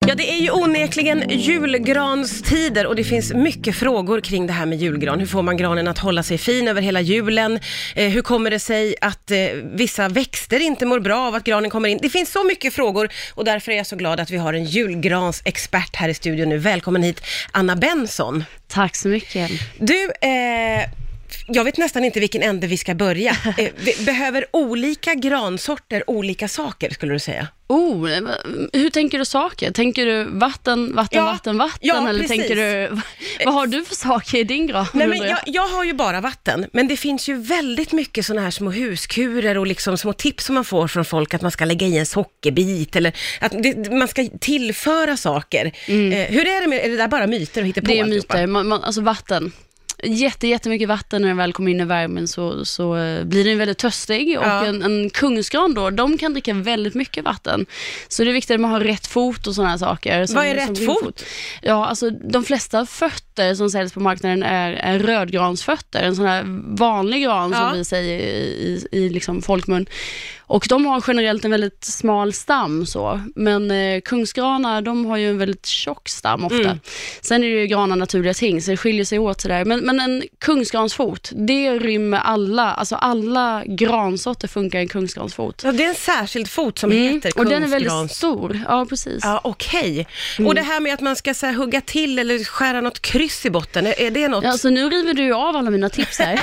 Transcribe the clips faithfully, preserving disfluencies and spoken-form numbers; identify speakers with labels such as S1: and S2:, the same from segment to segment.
S1: Ja, det är ju onekligen julgranstider och det finns mycket frågor kring det här med julgran. Hur får man granen att hålla sig fin över hela julen? Eh, hur kommer det sig att eh, vissa växter inte mår bra av att granen kommer in? Det finns så mycket frågor och därför är jag så glad att vi har en julgransexpert här i studion nu. Välkommen hit, Anna Benson.
S2: Tack så mycket.
S1: Du, eh, jag vet nästan inte vilken ände vi ska börja. Eh, behöver olika gransorter olika saker, skulle du säga?
S2: Oh, hur tänker du saker? Tänker du vatten, vatten,
S1: ja,
S2: vatten, vatten?
S1: Ja,
S2: eller
S1: precis.
S2: tänker du, vad har du för saker i din gran?
S1: Nej, men jag, jag har ju bara vatten, men det finns ju väldigt mycket såna här små huskurer och liksom små tips som man får från folk att man ska lägga i en sockerbit eller att det, man ska tillföra saker. Mm. Eh, hur är det med, är det där bara myter och hitta på?
S2: Det är myter, man, man, alltså vatten. Jätte, jättemycket vatten när den väl kommer in i värmen så, så uh, blir den väldigt törstig och ja. en, en kungsgran då, de kan dricka väldigt mycket vatten. Så det är viktigt att man har rätt fot och sådana här saker. Som,
S1: Vad är rätt fot?
S2: fot? Ja, alltså de flesta fötter som säljs på marknaden är, är rödgransfötter, en sån här vanlig gran ja. som vi säger i, i, i liksom folkmun. Och de har generellt en väldigt smal stam så. Men eh, kungsgranar, de har ju en väldigt tjock stam ofta. Mm. Sen är det ju granar naturliga ting, så det skiljer sig åt sådär. Men, men en kungsgransfot, det rymmer alla, alltså alla gransorter funkar i en kungsgransfot.
S1: Ja, det är en särskild fot som
S2: mm.
S1: heter
S2: kungsgrans.
S1: Och
S2: den är väldigt stor, ja precis.
S1: Ja, okej. Okay.
S2: Mm.
S1: Och det här med att man ska så här, hugga till eller skära något kryss i botten, är, är det något?
S2: Ja, alltså nu river du av alla mina tips här.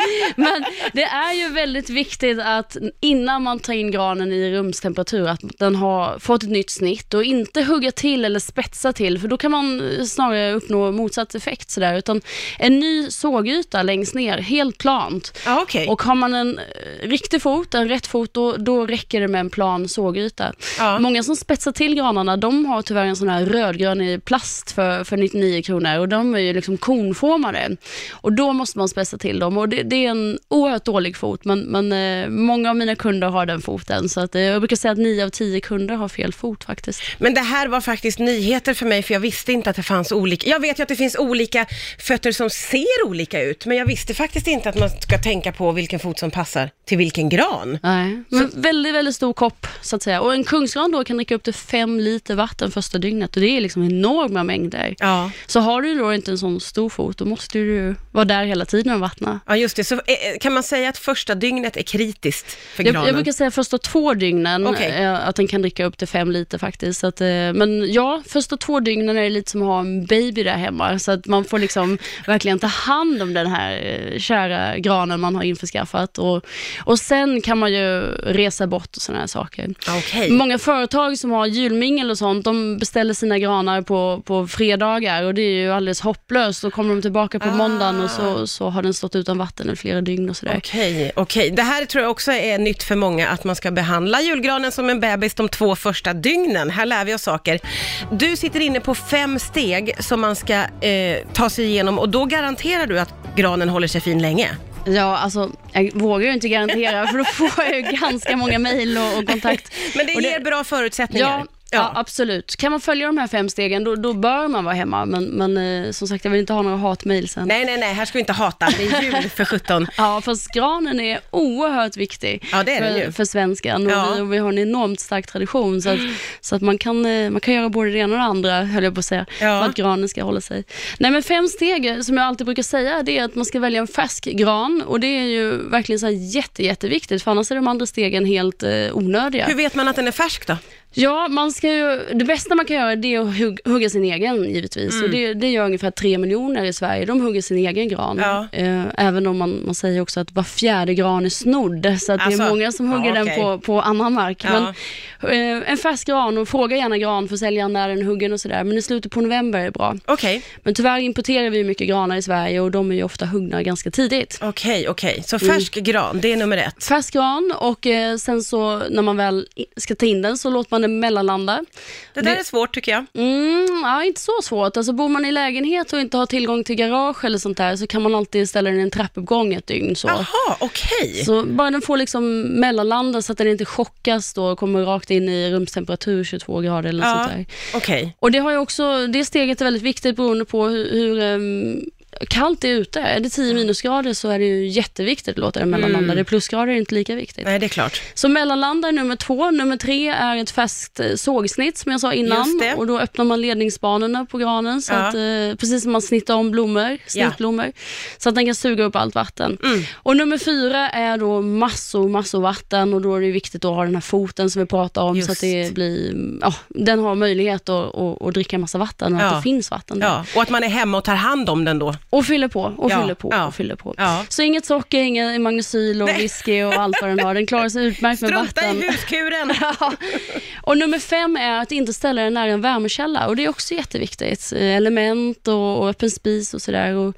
S2: Men det är ju väldigt viktigt att innan man tar in granen i rumstemperatur att den har fått ett nytt snitt och inte hugga till eller spetsa till, för då kan man snarare uppnå motsatt effekt sådär, utan en ny sågyta längst ner, helt plant.
S1: Ah, okay.
S2: Och har man en riktig fot, en rätt fot, då, då räcker det med en plan sågyta. Ah. Många som spetsar till granarna, de har tyvärr en sån här rödgrön i plast för, för nittionio kronor och de är ju liksom konformade. Och då måste man spetsa till dem och det, det är en oerhört dålig fot, men, men eh, många av mina kunder har den foten, så att, eh, jag brukar säga att nio av tio kunder har fel fot faktiskt.
S1: Men det här var faktiskt nyheter för mig, för jag visste inte att det fanns olika, jag vet ju att det finns olika fötter som ser olika ut, men jag visste faktiskt inte att man ska tänka på vilken fot som passar till vilken gran.
S2: Nej, men så väldigt, väldigt stor kopp så att säga, och en kungsgran då kan dricka upp till fem liter vatten första dygnet och det är liksom enorma mängder. Ja. Så har du då inte en sån stor fot, då måste du vara där hela tiden och vattna.
S1: Ja just det, så kan man säga att första dygnet är kritiskt för
S2: jag,
S1: granen?
S2: Jag brukar säga första två dygnen
S1: okay.
S2: att den kan dricka upp till fem liter faktiskt. Så att, men ja, första två dygnen är det lite som att ha en baby där hemma. Så att man får liksom verkligen ta hand om den här kära granen man har införskaffat. Och, och sen kan man ju resa bort och sådana här saker.
S1: Okay.
S2: Många företag som har julmingel och sånt, de beställer sina granar på, på fredagar och det är ju alldeles hopplöst. Då kommer de tillbaka på ah. måndagen och så, så har den stått utan vatten i flera dygn och sådär.
S1: Okej, okay, okej. Okay. Det här tror jag också är nytt för många, att man ska behandla julgranen som en bebis de två första dygnen. Här lär vi oss saker. Du sitter inne på fem steg som man ska eh, ta sig igenom och då garanterar du att granen håller sig fin länge?
S2: Ja, alltså jag vågar ju inte garantera för då får jag ju ganska många mejl och, och kontakt.
S1: Men det ger det, bra förutsättningar.
S2: Ja, ja. ja, absolut. Kan man följa de här fem stegen, då, då bör man vara hemma. Men, men eh, som sagt, jag vill inte ha några hatmejl sen.
S1: Nej, nej, nej, här ska vi inte hata. Det är jul för sjutton.
S2: Ja, fast granen är oerhört viktig
S1: ja, det är
S2: för,
S1: den ju.
S2: för svenskan.
S1: Ja.
S2: Och, vi, och vi har en enormt stark tradition. Så att, så att man, kan, man kan göra både det ena och det andra, höll jag på att säga. Ja. För att granen ska hålla sig. Nej, men fem steg, som jag alltid brukar säga, det är att man ska välja en färsk gran. Och det är ju verkligen så här jätte, jätteviktigt. För annars är de andra stegen helt eh, onödiga.
S1: Hur vet man att den är färsk då?
S2: Ja, man ska ju, det bästa man kan göra det är att hugg, hugga sin egen givetvis. Mm. Och det, det gör ungefär tre miljoner i Sverige. De hugger sin egen gran. Ja. Eh, även om man, man säger också att var fjärde gran är snodd. Så att alltså, det är många som hugger ja, okay. den på, på annan mark. Ja. Men eh, en färsk gran, och fråga gärna granförsäljaren när den huggen och sådär. Men i slutet på november är bra.
S1: Okay.
S2: Men tyvärr importerar vi mycket granar i Sverige och de är ju ofta huggna ganska tidigt.
S1: Okej, okay, okej. Okay. Så färsk mm. gran, det är nummer ett.
S2: Färsk gran, och eh, sen så när man väl ska ta in den så låter man den mellanlanda.
S1: Det där det, är svårt tycker jag.
S2: Mm, ja, inte så svårt. Alltså bor man i lägenhet och inte har tillgång till garage eller sånt där, så kan man alltid ställa den i en trappuppgång ett dygn. Så.
S1: Jaha, okej. Okay.
S2: Så bara den får liksom mellanlanda så att den inte chockas då och kommer rakt in i rumstemperatur tjugotvå grader eller
S1: ja,
S2: sånt där.
S1: Okej. Okay.
S2: Och det har ju också, det steget är väldigt viktigt beroende på hur, hur um, kallt är ute. Är det tio minusgrader så är det ju jätteviktigt att låta det mellanlanda. Mm. Det är plusgrader är inte lika viktigt.
S1: Nej, det är klart.
S2: Så mellanlanda är nummer två. Nummer tre är ett färskt sågsnitt som jag sa innan. Och då öppnar man ledningsbanorna på granen så ja. att, eh, precis som man snittar om blommor, snittblommor, ja. så att den kan suga upp allt vatten. Mm. Och nummer fyra är då massor, massor vatten och då är det viktigt att ha den här foten som vi pratar om. Just. Så att det blir, ja, den har möjlighet att, att, att dricka massa vatten och ja. att det finns vatten där.
S1: Ja. Och att man är hemma och tar hand om den då.
S2: Och fyller på, och
S1: ja.
S2: fyller på,
S1: ja.
S2: och fyller på.
S1: Ja.
S2: Så inget socker, ingen magnesyl och Nej. whisky och allt vad den har. Den klarar sig utmärkt med
S1: Strunta
S2: vatten.
S1: i huskuren!
S2: ja. Och nummer fem är att inte ställa den nära en värmekälla. Och det är också jätteviktigt. Element och, och öppen spis och sådär. Och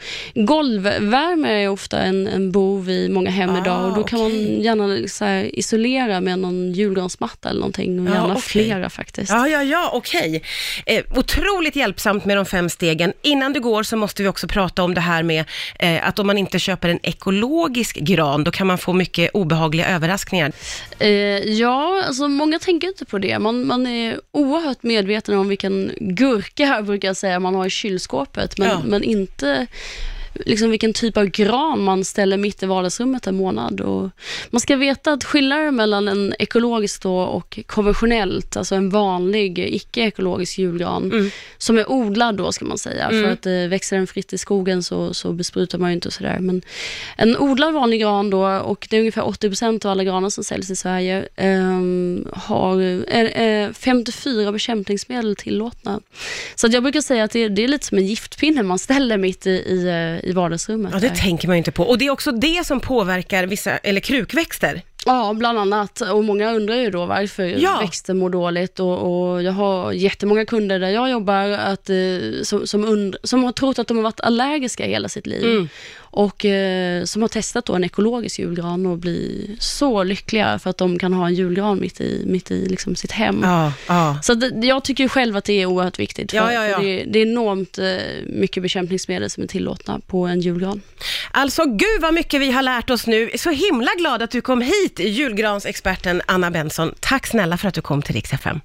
S2: golvvärme är ofta en, en bov i många hem ah, idag. Och då kan okay. man gärna så här, isolera med någon julgransmatta eller någonting. Och
S1: ja,
S2: gärna
S1: okay.
S2: flera faktiskt.
S1: Ja, ja, ja, okej. Okay. Eh, otroligt hjälpsamt med de fem stegen. Innan du går så måste vi också prata om det här med eh, att om man inte köper en ekologisk gran, då kan man få mycket obehagliga överraskningar.
S2: Eh, ja, alltså många tänker inte på det. Man, man är oerhört medveten om vilken gurka, brukar jag säga, man har i kylskåpet. Men, ja. men inte liksom vilken typ av gran man ställer mitt i vardagsrummet en månad. Och man ska veta att skillnaden mellan en ekologisk då och konventionellt, alltså en vanlig icke-ekologisk julgran mm. som är odlad då, ska man säga. Mm. För att eh, växer den fritt i skogen så, så besprutar man ju inte och sådär. Men en odlad vanlig gran då, och det är ungefär åttio procent av alla granar som säljs i Sverige, eh, har är, är femtiofyra bekämpningsmedel tillåtna. Så att jag brukar säga att det, det är lite som en giftpinne man ställer mitt i, i i vardagsrummet.
S1: Ja, det
S2: där.
S1: tänker man ju inte på. Och det är också det som påverkar vissa, eller krukväxter.
S2: Ja, bland annat. Och många undrar ju då varför ja. växter mår dåligt. Och, och jag har jättemånga kunder där jag jobbar att, eh, som, som, und- som har trott att de har varit allergiska hela sitt liv. Mm. Och eh, som har testat då en ekologisk julgran och blir så lyckliga för att de kan ha en julgran mitt i, mitt i liksom sitt hem.
S1: Ja, ja.
S2: Så det, jag tycker ju själv att det är oerhört viktigt. För,
S1: ja, ja, ja.
S2: för det, det är enormt eh, mycket bekämpningsmedel som är tillåtna på en julgran.
S1: Alltså, gud vad mycket vi har lärt oss nu. Så himla glad att du kom hit, julgransexperten Anna Bensson. Tack snälla för att du kom till Rix F M.